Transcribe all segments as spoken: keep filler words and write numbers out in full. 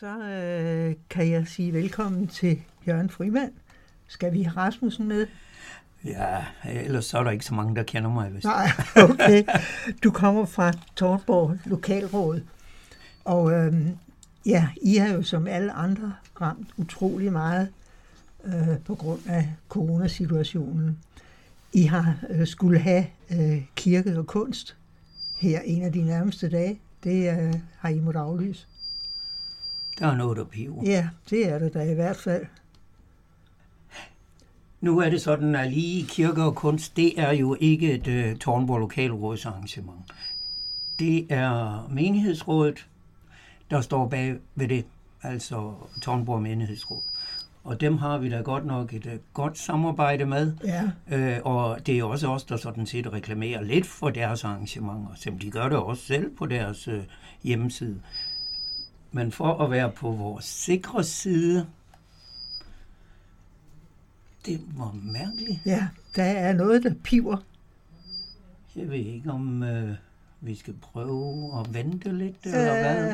Så øh, kan jeg sige velkommen til Jørgen Frimand. Skal vi have Rasmussen med? Ja, ellers så er der ikke så mange, der kender mig. Hvis. Nej, okay. Du kommer fra Tårnborg Lokalråd. Og øh, ja, I har jo som alle andre ramt utrolig meget øh, på grund af coronasituationen. I har øh, skulle have øh, kirke og kunst her en af de nærmeste dage. Det øh, har I måttet aflyse. Der er noget, der piver. Ja, det er det da i hvert fald. Nu er det sådan, at lige kirke og kunst, det er jo ikke et uh, Tårnborg Lokalråds arrangement. Det er menighedsrådet, der står bag ved det, altså Tårnborg Menighedsråd. Og dem har vi da godt nok et uh, godt samarbejde med. Ja. Uh, og det er også os, der sådan set reklamerer lidt for deres arrangementer. Som de gør det også selv på deres uh, hjemmeside. Men for at være på vores sikre side, det var mærkeligt. Ja, der er noget, der piver. Jeg ved ikke, om øh, vi skal prøve at vente lidt, eller øh... hvad?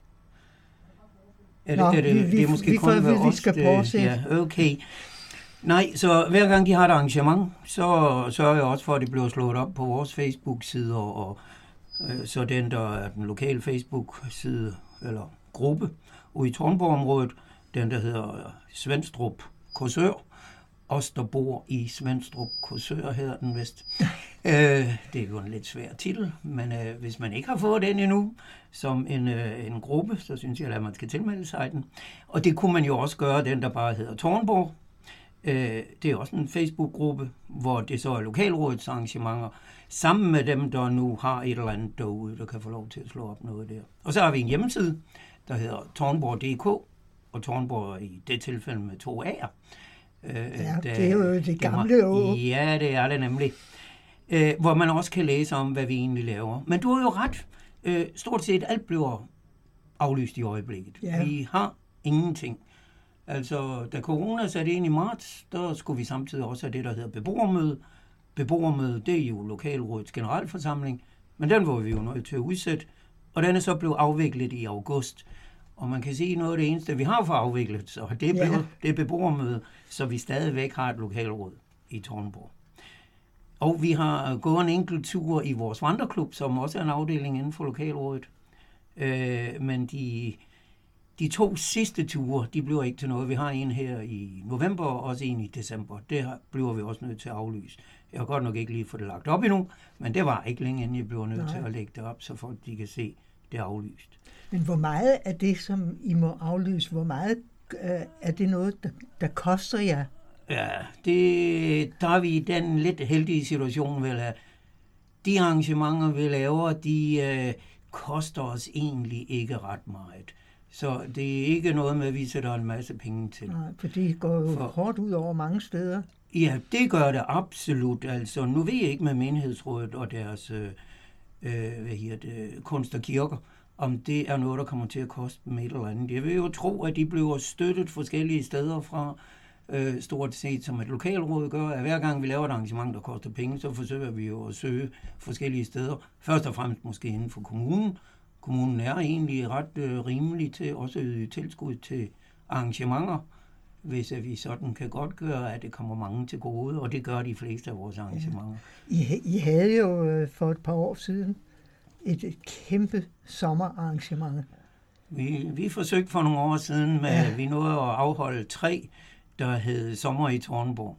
Er Nå, det, er det, vi, det er måske vi, kun vi, ved vi os, skal prøve at se. Ja, okay. Nej, så hver gang de har et arrangement, så sørger jeg også for, at det bliver slået op på vores Facebook-sider, og øh, så den, der er den lokale Facebook-side, eller gruppe, ude i Tårnborg-området, den, der hedder Svenstrup Korsør. Os, der bor i Svenstrup Korsør, hedder den vist. øh, det er jo en lidt svær titel, men øh, hvis man ikke har fået den endnu, som en, øh, en gruppe, så synes jeg, at man skal tilmelde sig den. Og det kunne man jo også gøre, den der bare hedder Tårnborg. Øh, det er også en Facebook-gruppe, hvor det så er lokalrådets arrangementer, sammen med dem, der nu har et eller andet derude, der kan få lov til at slå op noget der. Og så har vi en hjemmeside, der hedder Tårnborg punktum d k, og Tårnborg i det tilfælde med to A'er. Øh, ja, det er jo det gamle år. Ja, det er det nemlig. Øh, hvor man også kan læse om, hvad vi egentlig laver. Men du har jo ret. Øh, stort set alt bliver aflyst i øjeblikket. Ja. Vi har ingenting. Altså, da corona satte ind i marts, der skulle vi samtidig også have det, der hedder beboermøde. Beboermøde, det er jo lokalrådets generalforsamling, men den var vi jo nødt til at udsætte, og den er så blevet afviklet i august. Og man kan sige, noget af det eneste, vi har for afviklet, så det er, ja. blevet, det er beboermøde, så vi stadigvæk har et lokalråd i Tårnborg. Og vi har gået en enkelt tur i vores vandreklub, som også er en afdeling inden for lokalrådet. Øh, men de, de to sidste ture, de bliver ikke til noget. Vi har en her i november, og også en i december. Det bliver vi også nødt til at aflyse. Jeg har godt nok ikke lige fået det lagt op endnu, men det var ikke længe inden jeg bliver nødt Nej. til at lægge det op, så folk de kan se, det er aflyst. Men hvor meget af det, som I må aflyse, hvor meget øh, er det noget, der, der koster jer? Ja, det, der er vi i den lidt heldige situation, vel, at de arrangementer, vi laver, de øh, koster os egentlig ikke ret meget. Så det er ikke noget med, at vi sætter en masse penge til. Nej, for det går jo for, hårdt ud over mange steder. Ja, det gør det absolut. Altså, nu ved jeg ikke med menighedsrådet og deres øh, hvad hedder det, kunst og kirker, om det er noget, der kommer til at koste dem et eller andet. Jeg vil jo tro, at de bliver støttet forskellige steder fra, øh, stort set som et lokalråd gør. At hver gang vi laver et arrangement, der koster penge, så forsøger vi jo at søge forskellige steder. Først og fremmest måske inden for kommunen. Kommunen er egentlig ret øh, rimelig til også at yde tilskud til arrangementer, hvis at vi sådan kan godt gøre, at det kommer mange til gode, og det gør de fleste af vores arrangementer. Ja. I, I havde jo for et par år siden et, et kæmpe sommerarrangement. Vi, vi forsøgte for nogle år siden, med, ja. vi nåede at afholde tre, der hed Sommer i Tårnborg.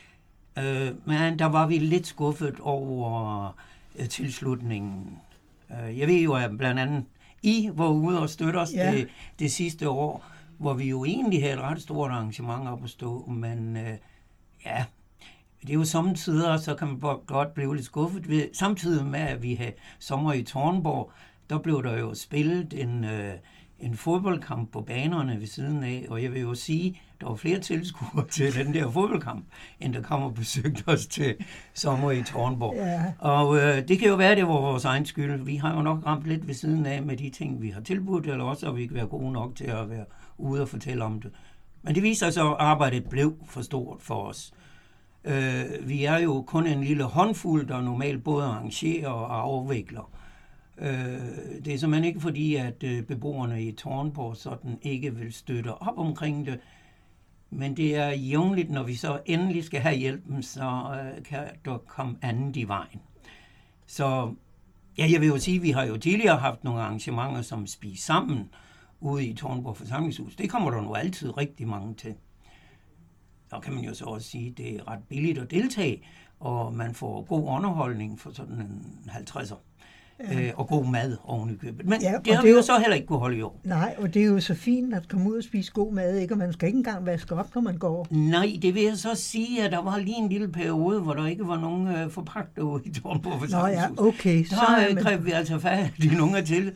Øh, men der var vi lidt skuffet over øh, tilslutningen. Øh, jeg ved jo, at blandt andet I var ude og støtte os ja. det, det sidste år, hvor vi jo egentlig havde et ret stort arrangement op at stå, men øh, ja, det er jo samtidig, så kan man godt blive lidt skuffet ved, samtidig med, at vi havde Sommer i Tårnborg, der blev der jo spillet en, øh, en fodboldkamp på banerne ved siden af, og jeg vil jo sige, der var flere tilskuere til den der fodboldkamp, end der kom og besøgte os til Sommer i Tårnborg. Ja. Og øh, det kan jo være, det var vores egen skyld. Vi har jo nok ramt lidt ved siden af med de ting, vi har tilbudt, eller også har vi ikke været gode nok til at være ude og fortælle om det. Men det viser sig, at arbejdet blev for stort for os. Øh, vi er jo kun en lille håndfuld, der normalt både arrangerer og afvikler. Øh, det er simpelthen ikke fordi, at øh, beboerne i Tårnborg sådan ikke vil støtte op omkring det, men det er jævnligt, når vi så endelig skal have hjælpen, så øh, kan der komme andet i vejen. Så ja, jeg vil jo sige, at vi har jo tidligere haft nogle arrangementer, som spiser sammen ude i Tårnborg Forsamlingshus. Det kommer der nu altid rigtig mange til. Så kan man jo så også sige, at det er ret billigt at deltage, og man får god underholdning for sådan en halvtredser. Ja. Øh, og god mad oven i købet. Men ja, det har det vi jo så heller ikke kunne holde i år. Nej, og det er jo så fint at komme ud og spise god mad, ikke? Og man skal ikke engang vaske op, når man går. Nej, det vil jeg så sige, at der var lige en lille periode, hvor der ikke var nogen øh, forpagter ude i Tårnborg Forsamlingshus. Nå ja, okay. Så øh, man... greb vi altså fat i nogle af til,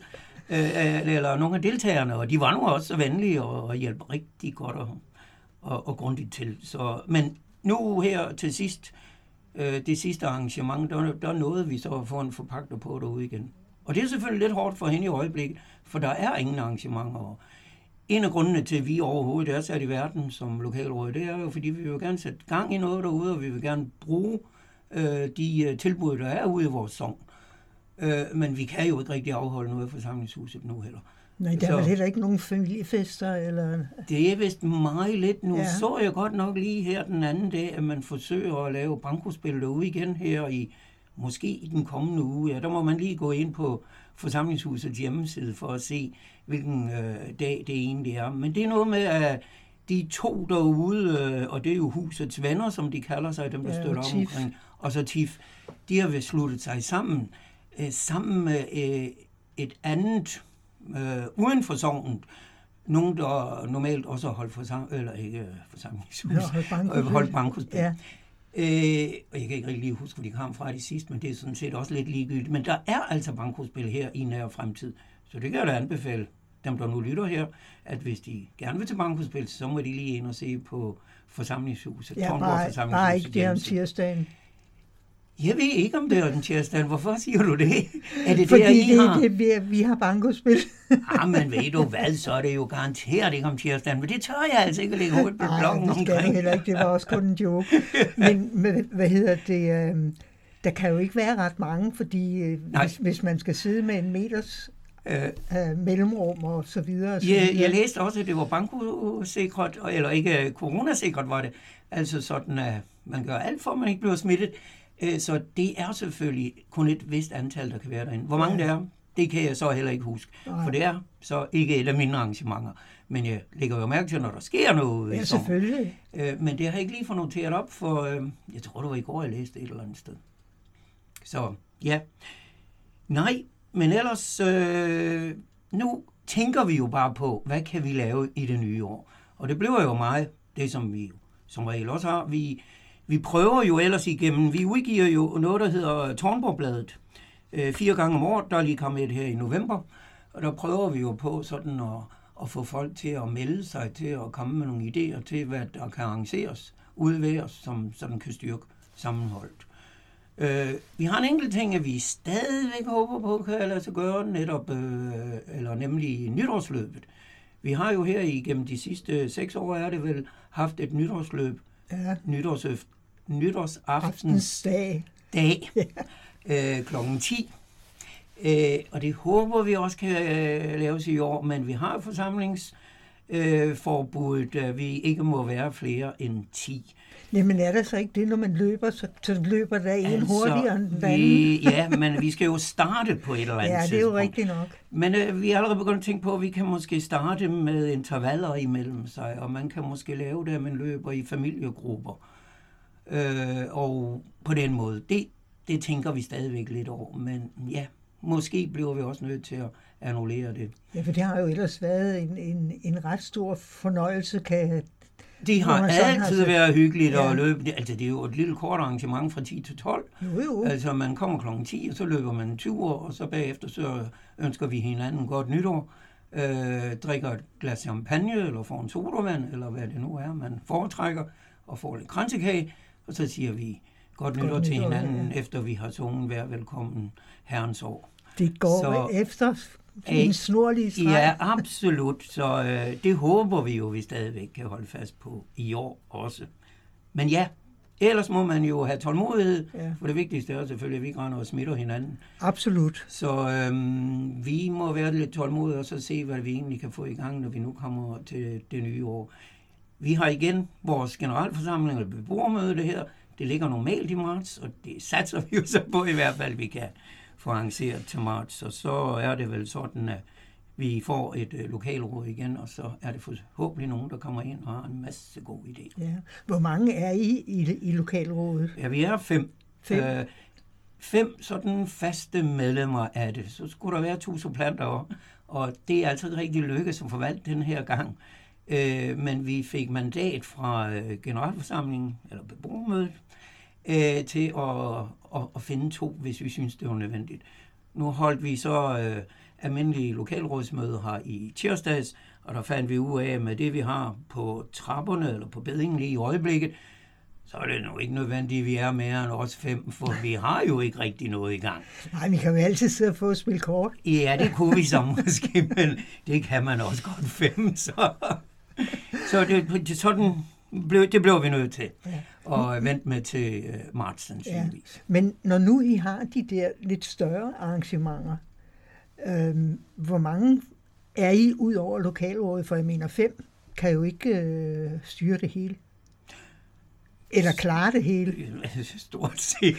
øh, eller nogle af deltagerne, og de var nu også så venlige og, og hjalp rigtig godt og, og, og grundigt til. Så, men nu her til sidst, det sidste arrangement, der, der nåede vi så at få en forpagter på derude igen. Og det er selvfølgelig lidt hårdt for hende i øjeblikket, for der er ingen arrangementer. Og en af grundene til, at vi overhovedet er sat i verden som lokalråd, det er jo, fordi vi vil gerne sætte gang i noget derude, og vi vil gerne bruge øh, de tilbud, der er ude i vores sogn. Øh, men vi kan jo ikke rigtig afholde noget i forsamlingshuset nu heller. Nej, der er vel heller ikke nogen familiefester? Eller... Det er vist meget lidt nu. Ja. Så jeg godt nok lige her den anden dag, at man forsøger at lave bankospil derude igen her i, måske i den kommende uge. Ja, der må man lige gå ind på forsamlingshusets hjemmeside for at se, hvilken øh, dag det egentlig er. Men det er noget med, at de to derude, øh, og det er jo husets venner, som de kalder sig, dem der ja, støtter op omkring, og så T I F, de har sluttet sig sammen, øh, sammen med øh, et andet Øh, uden for sognet, nogen, der normalt også har holdt forsam- eller ikke forsamlingshus, ja, holdt bankospil. Ja. Øh, og jeg kan ikke rigtig lige huske, hvor de kom fra de sidste, men det er sådan set også lidt ligegyldigt. Men der er altså bankospil her i nær fremtid, så det kan jeg da anbefale dem, der nu lytter her, at hvis de gerne vil til bankospil, så må de lige ind og se på forsamlingshuset. Ja, bare, bare ikke det om tirsdagen. Jeg ved ikke, om det er den tirsdag. Hvorfor siger du det? Er det Fordi der, I det, har? Det, vi, vi har bankospil. Ah, men ved du hvad, så er det jo garanteret ikke om tirsdagen. Men det tør jeg altså ikke at lægge hovedet på blokken omkring. Nej, det skal heller ikke. Det var også kun en joke. Men med, hvad hedder det? Øh, der kan jo ikke være ret mange, fordi øh, hvis, hvis man skal sidde med en meters øh, øh, mellemrum og så videre. Og så jeg, videre. Jeg læste også, at det var bankosikret, eller ikke coronasikret var det. Altså sådan, at man gør alt for, at man ikke bliver smittet. Så det er selvfølgelig kun et vist antal, der kan være derinde. Hvor mange ja. det er, det kan jeg så heller ikke huske. Nej. For det er så ikke et af mine arrangementer. Men jeg lægger jo mærke til, når der sker noget. Ja, selvfølgelig. Men det har jeg ikke lige fået noteret op, for jeg tror, det var i går, jeg læste et eller andet sted. Så ja. Nej, men ellers, øh, nu tænker vi jo bare på, hvad kan vi lave i det nye år? Og det bliver jo meget det, som vi som regel også har. Vi Vi prøver jo ellers igennem, vi udgiver jo noget, der hedder Tårnborgbladet, øh, fire gange om året, der er lige kommet et her i november, og der prøver vi jo på sådan at, at få folk til at melde sig til at komme med nogle idéer til, hvad der kan arrangeres ude ved os, som sådan kan styrke sammenholdet. Øh, vi har en enkelt ting, at vi stadigvæk håber på, kan lade sig gøre, netop, øh, eller nemlig nytårsløbet. Vi har jo her igennem de sidste seks år, er det vel, haft et nytårsløb, ja. nytårsøft. nytårsaftens dag, dag øh, klokken ti. Øh, og det håber vi også kan øh, laves i år, men vi har forsamlingsforbuddet, øh, at vi ikke må være flere end ti. Jamen er der så ikke det, når man løber, så, så løber der en altså, hurtigere end den anden? Ja, men vi skal jo starte på et eller andet tidspunkt. Ja, det er jo rigtigt nok. Men øh, vi er allerede begyndt at tænke på, at vi kan måske starte med intervaller imellem sig, og man kan måske lave det, at man løber i familiegrupper. Øh, og på den måde, det, det tænker vi stadigvæk lidt over, men ja, måske bliver vi også nødt til at annullere det. Ja, for det har jo ellers været en, en, en ret stor fornøjelse, kan det har altid har været hyggeligt ja. at løbe. Altså, det er jo et lille kort arrangement fra ti til tolv. Jo, jo. Altså, man kommer klokken ti, og så løber man en tur, og så bagefter så ønsker vi hinanden godt nytår. Øh, drikker et glas champagne, eller får en sodavand, eller hvad det nu er, man foretrækker, og får lidt kransekage, og så siger vi godt nytår, godt nytår til hinanden, ja. Efter vi har sunget Vær velkommen herrens år. Det går så, efter en snorlig streg. Ja, absolut. Så øh, det håber vi jo, vi stadigvæk kan holde fast på i år også. Men ja, Ellers må man jo have tålmodighed, ja. For det vigtigste er selvfølgelig, at vi ikke render og smitter hinanden. Absolut. Så øhm, vi må være lidt tålmodige og så se, hvad vi egentlig kan få i gang, når vi nu kommer til det nye år. Vi har igen vores generalforsamling eller beboermøde det her. Det ligger normalt i marts, og det satser vi jo så på i hvert fald, vi kan få arrangeret til marts. Og så er det vel sådan, at vi får et øh, lokalråd igen, og så er det forhåbentlig nogen, der kommer ind og har en masse gode idéer. Ja. Hvor mange er I i, i lokalrådet? Ja, vi er fem. Fem? Øh, fem sådan faste medlemmer af det. Så skulle der være to supplanter også, og det er altså rigtig lykkedes at forvalte den her gang. Øh, men vi fik mandat fra øh, generalforsamlingen, eller beboermødet, øh, til at, at, at finde to, hvis vi synes, det var nødvendigt. Nu holdt vi så øh, almindelige lokalrådsmøder her i tirsdags, og der fandt vi ud af, med det vi har på trapperne, eller på bedingen lige i øjeblikket, så er det nu ikke nødvendigt, at vi er mere end os fem, for vi har jo ikke rigtig noget i gang. Nej, vi kan jo altid sidde og få at spille kort. Ja, det kunne vi så måske, men det kan man også godt fem, så... Så det, det, sådan blev, det blev vi nødt til ja. at vente med til uh, marts sandsynligvis. Ja. Men når nu I har de der lidt større arrangementer, øhm, hvor mange er I ud over lokalrådet? For jeg mener, fem kan jo ikke øh, styre det hele. Eller klare det hele. Stort set.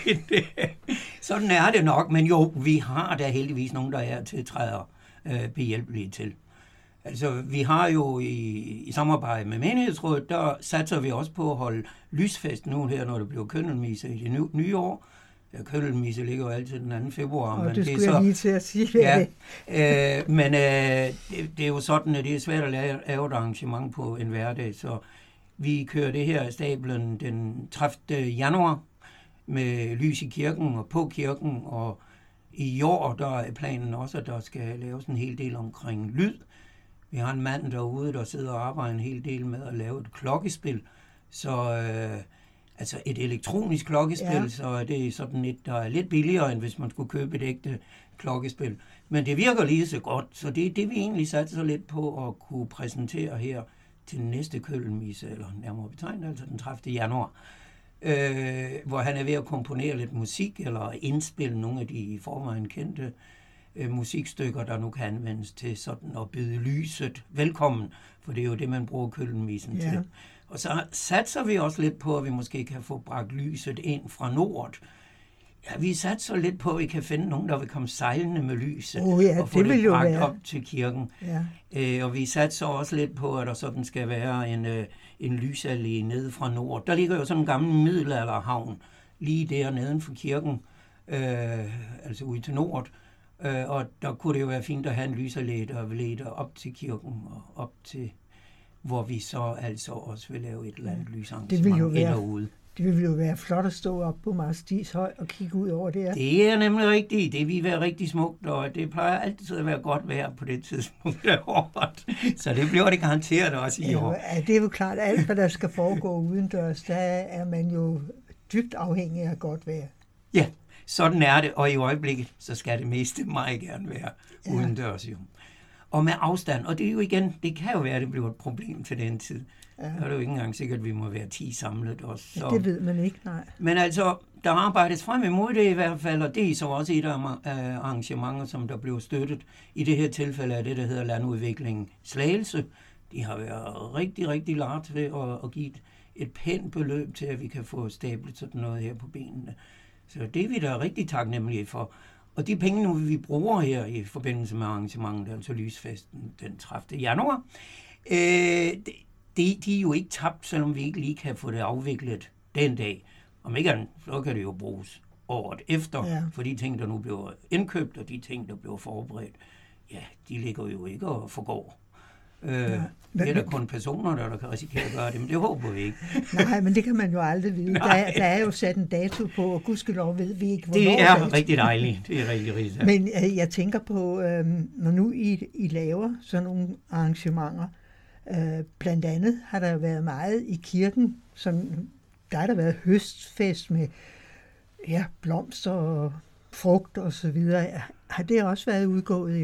Sådan er det nok, men jo, vi har da heldigvis nogen, der er tiltræder øh, behjælpelige til. Altså, vi har jo i, i samarbejde med menighedsrådet, der satser vi også på at holde lysfest nu her, når det bliver køndelmisse i det nye, nye år. Ja, køndelmisse ligger jo altid den anden februar. Og men det skulle det jeg så, lige til at sige. Ja, øh, men øh, det, det er jo sådan, at det er svært at lave, lave et arrangement på en hverdag, så vi kører det her af stablen den tredivte januar med lys i kirken og på kirken, og i år der er planen også, at der skal laves en hel del omkring lyd. Vi har en mand derude, der sidder og arbejder en hel del med at lave et klokkespil. Så øh, altså et elektronisk klokkespil, ja. Så det er sådan et, der er lidt billigere, end hvis man skulle købe et ægte klokkespil. Men det virker lige så godt, så det er det, vi egentlig satser lidt på at kunne præsentere her til næste kødelmisse, eller nærmere betegnet, altså den tredivte januar. Øh, hvor han er ved at komponere lidt musik, eller indspille nogle af de i forvejen kendte musikstykker, der nu kan anvendes til sådan at byde lyset velkommen, for det er jo det, man bruger kødelmissen ja. til. Og så satser vi også lidt på, at vi måske kan få bragt lyset ind fra nord. Ja, vi satser lidt på, at vi kan finde nogen, der vil komme sejlende med lyset oh ja, og få det, det bragt være. op til kirken. Ja. Øh, og vi satser også lidt på, at der sådan skal være en, øh, en lysallé nede fra nord. Der ligger jo sådan en gammel middelalderhavn lige der neden for kirken, øh, altså ude til nord. Uh, og der kunne det jo være fint at have en lysallé, der leder op til kirken og op til, hvor vi så altså også vil lave et eller andet lysarrangement derude. Det ville jo være flot at stå op på Mars Dishøj og kigge ud over det her. Det er nemlig rigtigt. Det vil være rigtig smukt, og det plejer altid at være godt vejr på det tidspunkt af året. Så det bliver det garanteret også i år. Ja, det er jo klart, alt hvad der skal foregå udendørs, der er man jo dybt afhængig af godt vejr. Ja. Sådan er det, og i øjeblikket, så skal det meste meget gerne være ja. udendørs jo. Og med afstand, og det er jo igen, det kan jo være, at det bliver et problem til den tid. Ja. Der er det jo ikke engang sikkert, at vi må være ti samlet også. Så. Ja, det ved man ikke, nej. Men altså, der arbejdes frem imod det i hvert fald, og det er så også et af arrangementer, som der blev støttet. I det her tilfælde er det, der hedder Landudvikling Slagelse. De har været rigtig, rigtig lart til at, at give et, et pænt beløb til, at vi kan få stablet sådan noget her på benene. Så det er vi da rigtig taknemmelige for. Og de penge, nu vi bruger her i forbindelse med arrangementet, altså lysfesten den tredivte januar, øh, de, de er jo ikke tabt, selvom vi ikke lige kan få det afviklet den dag. Om ikke andet, så kan det jo bruges året efter, ja. For de ting, der nu bliver indkøbt, og de ting, der bliver forberedt, ja, de ligger jo ikke og forgår. Øh, ja. Det er der kun personer, der, der kan risikere at gøre det, men det håber vi ikke. Nej, men det kan man jo aldrig vide. Der er, der er jo sat en dato på, og gudskelov ved vi ikke, hvornår. Det er det. Rigtig dejligt. Det er rigtig rigtigt. Men øh, jeg tænker på, øh, når nu I, I laver sådan nogle arrangementer, øh, blandt andet har der været meget i kirken, som, der har der været høstfest med ja, blomster og frugt og så videre. Har det også været udgået i år?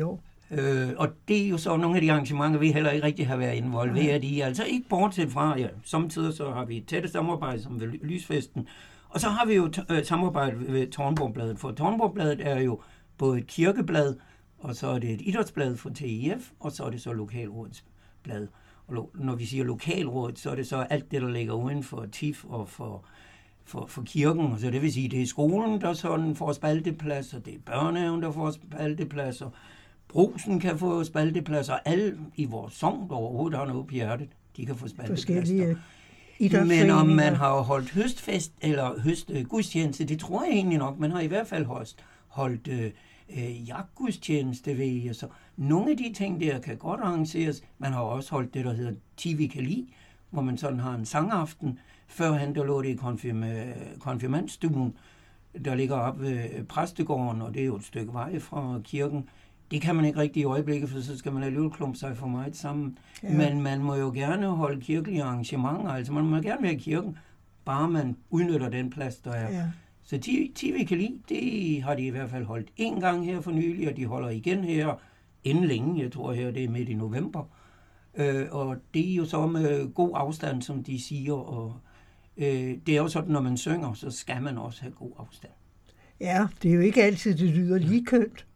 Øh, og det er jo så nogle af de arrangementer, vi heller ikke rigtig har været involveret i. Altså ikke bortset fra, ja, samtidig så har vi et tætte samarbejde som ved Lysfesten, og så har vi jo t- øh, samarbejde ved Tårnborgbladet, for Tårnborgbladet er jo både et kirkeblad, og så er det et idrætsblad for T I F, og så er det så lokalrådets blad. Og lo- når vi siger lokalrådet, så er det så alt det, der ligger uden for T I F og for, for, for kirken. Og så det vil sige, det er skolen, der sådan får spaltepladser, det er børnehaven, der får spaltepladser, Brugsen kan få spaltepladser, alle i vores sogn, der overhovedet har noget på hjertet, de kan få spaltepladser. Men om man har holdt høstfest eller høstgudstjeneste, det tror jeg egentlig nok, man har i hvert fald holdt, holdt øh, øh, jagtgudstjeneste ved. Altså, nogle af de ting der kan godt arrangeres. Man har også holdt det, der hedder Tivi kan lide, hvor man sådan har en sangaften. Førhen der lå det i konfirm- konfirmandstuen, der ligger op ved præstegården, og det er jo et stykke vej fra kirken. Det kan man ikke rigtig i øjeblikket, for så skal man alligevel klumpe sig for meget sammen. Ja. Men man må jo gerne holde kirkelige arrangementer, altså man må gerne være i kirken, bare man udnytter den plads, der er. Ja. Så T V kan lide, det har de i hvert fald holdt en gang her for nylig, og de holder igen her inden længe, jeg tror her, det er midt i november. Øh, og det er jo så med god afstand, som de siger, og øh, det er jo sådan, når man synger, så skal man også have god afstand. Ja, det er jo ikke altid, det lyder lige kønt.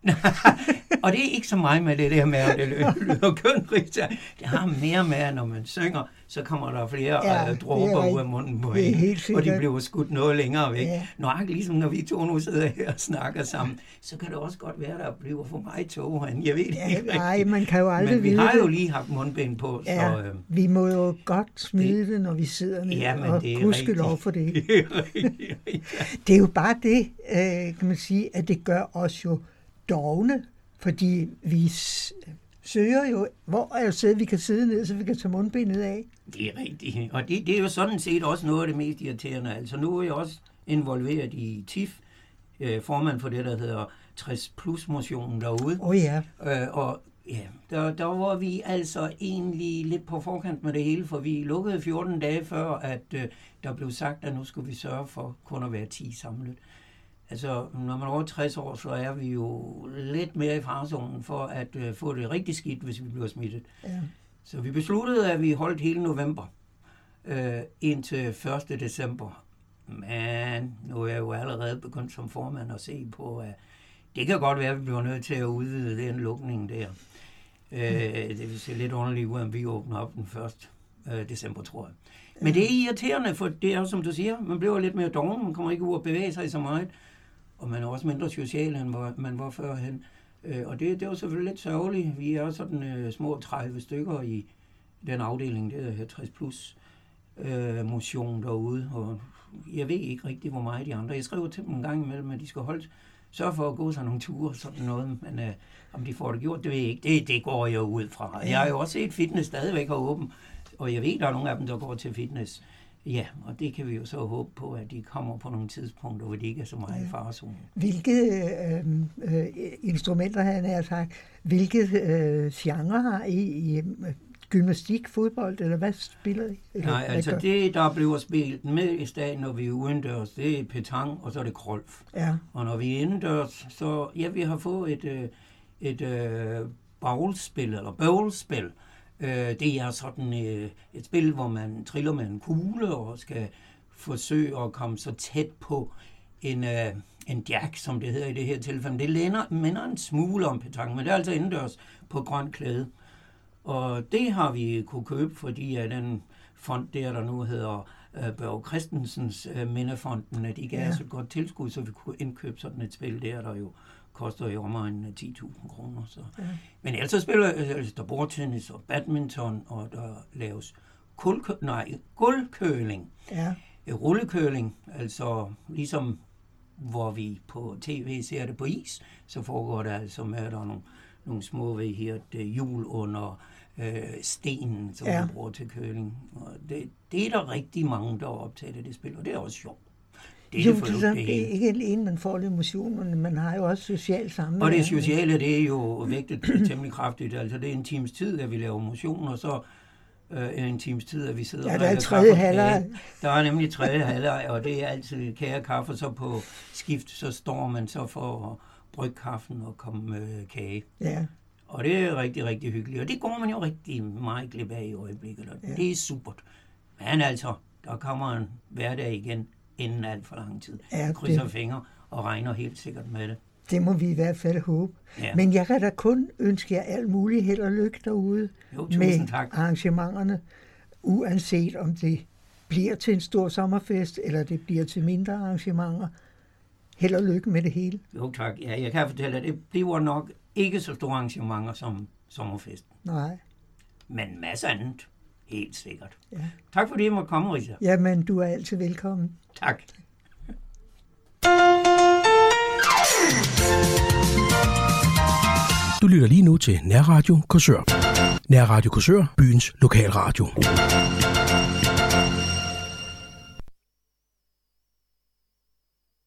Og det er ikke så meget med det der med, at det lyder kønrigt. Det har mere med, at når man synger, så kommer der flere ja, uh, dråber ud af munden på en, og de bliver skudt noget længere væk. Ja. Nøjagtigt ligesom når vi to nu sidder her og snakker sammen, så kan det også godt være, der bliver for meget tog. Jeg ved det ja, ikke nej, man kan jo aldrig men vi har jo lige haft mundbind på. Så, ja, øh, vi må jo godt smide det, det når vi sidder ned, ja, og gudskelov for det. Det er, rigtig, det er jo bare det, øh, kan man sige, at det gør os jo dovne, fordi vi søger jo, hvor er det sted, vi kan sidde ned, så vi kan tage mundbindet af. Det er rigtigt, og det, det er jo sådan set også noget af det mest irriterende. Altså nu er jeg også involveret i T I F, øh, formand for det, der hedder tres plus motionen derude. Åh oh, ja. Øh, og ja, der, der var vi altså egentlig lidt på forkant med det hele, for vi lukkede fjorten dage før, at øh, der blev sagt, at nu skulle vi sørge for kun at være ti samlet. Altså, når man er over tres år, så er vi jo lidt mere i farzonen for at øh, få det rigtig skidt, hvis vi bliver smittet. Ja. Så vi besluttede, at vi holdt hele november øh, indtil første december. Men nu er jeg jo allerede begyndt som formand at se på, at det kan godt være, at vi bliver nødt til at udvide den lukning der. Øh, det vil se lidt underligt ud, at vi åbner op den første øh, december, tror jeg. Men det er irriterende, for det er som du siger, man bliver lidt mere doven, man kommer ikke ud og bevæge sig så meget. Og man er også mindre social, end man var førhen. Øh, og det, det var selvfølgelig lidt sørgeligt. Vi er sådan øh, små tredive stykker i den afdeling, det er tres plus øh, motion derude. Og jeg ved ikke rigtig, hvor meget de andre. Jeg skriver til dem en gang imellem, at de skal holde, sørge for at gå sig nogle ture, sådan noget. Men øh, om de får det gjort, det ved jeg ikke. Det, det går jeg ud fra. Jeg har jo også set fitness stadigvæk har åben. Og jeg ved, der er nogle af dem, der går til fitness. Ja, og det kan vi jo så håbe på, at de kommer på nogle tidspunkter, hvor de ikke er så meget ja. i farezonen. Hvilke øh, øh, instrumenter, han har sagt, hvilke øh, genre har I i øh, gymnastik, fodbold, eller hvad spiller I? Eller, Nej, altså gør? Det, der bliver spillet med i stedet, når vi er udendørs, det er petang, og så er det krolf. Ja. Og når vi er indendørs, så ja, vi har fået et, øh, et øh, bowlspil, eller bowlspil. Det er sådan et spil, hvor man triller med en kugle og skal forsøge at komme så tæt på en, en jack, som det hedder i det her tilfælde. Det lænder, minder en smule om petang, men det er altså indendørs på grøn klæde. Og det har vi kunne købe, fordi at den fond der, der nu hedder Børge Christensens Mindefonden, at de gav os ja. et godt tilskud, så vi kunne indkøbe sådan et spil der, der jo koster i omegnen af ti tusind kroner. Så. Ja. Men ellers spiller altså, der bordtennis og badminton, og der laves kulkø- nej, gulvkøling. Ja. Rullekøling, altså ligesom hvor vi på tv ser det på is, så foregår det altså med, at der er nogle, nogle små ved her, hjul under øh, stenen, som ja. man bruger til køling. Og det, det er der rigtig mange, der er optaget af det spil, og det er også sjovt. Det er, jo, det, det, det er ikke alene, man får lidt motion, men man har jo også socialt sammen. Og det sociale, det er jo vægtet temmelig kraftigt. Altså, det er en times tid, at vi laver motion, og så øh, en times tid, at vi sidder ja, og der er tredje halvleg. Der er nemlig tredje halvleg, og det er altid kære kaffe, så på skift, så står man så for at brygge kaffen og komme med kage. Ja. Og det er rigtig, rigtig hyggeligt. Og det går man jo rigtig meget glip af i øjeblikket. Og ja. Det er supert. Men altså, der kommer en hverdag igen inden alt for lang tid. Ja, krydser det... fingre og regner helt sikkert med det. Det må vi i hvert fald håbe. Ja. Men jeg kan da kun ønske jer alt muligt held og lykke derude jo, med tak. arrangementerne, uanset om det bliver til en stor sommerfest, eller det bliver til mindre arrangementer. Held og lykke med det hele. Jo tak. Ja, jeg kan fortælle, at det bliver nok ikke så store arrangementer som sommerfesten. Nej. Men masser andet. Helt sikkert. Ja. Tak fordi I måtte komme, Rita. Jamen, du er altid velkommen. Tak. Du lytter lige nu til Nærradio Korsør. Nærradio Korsør, byens lokalradio.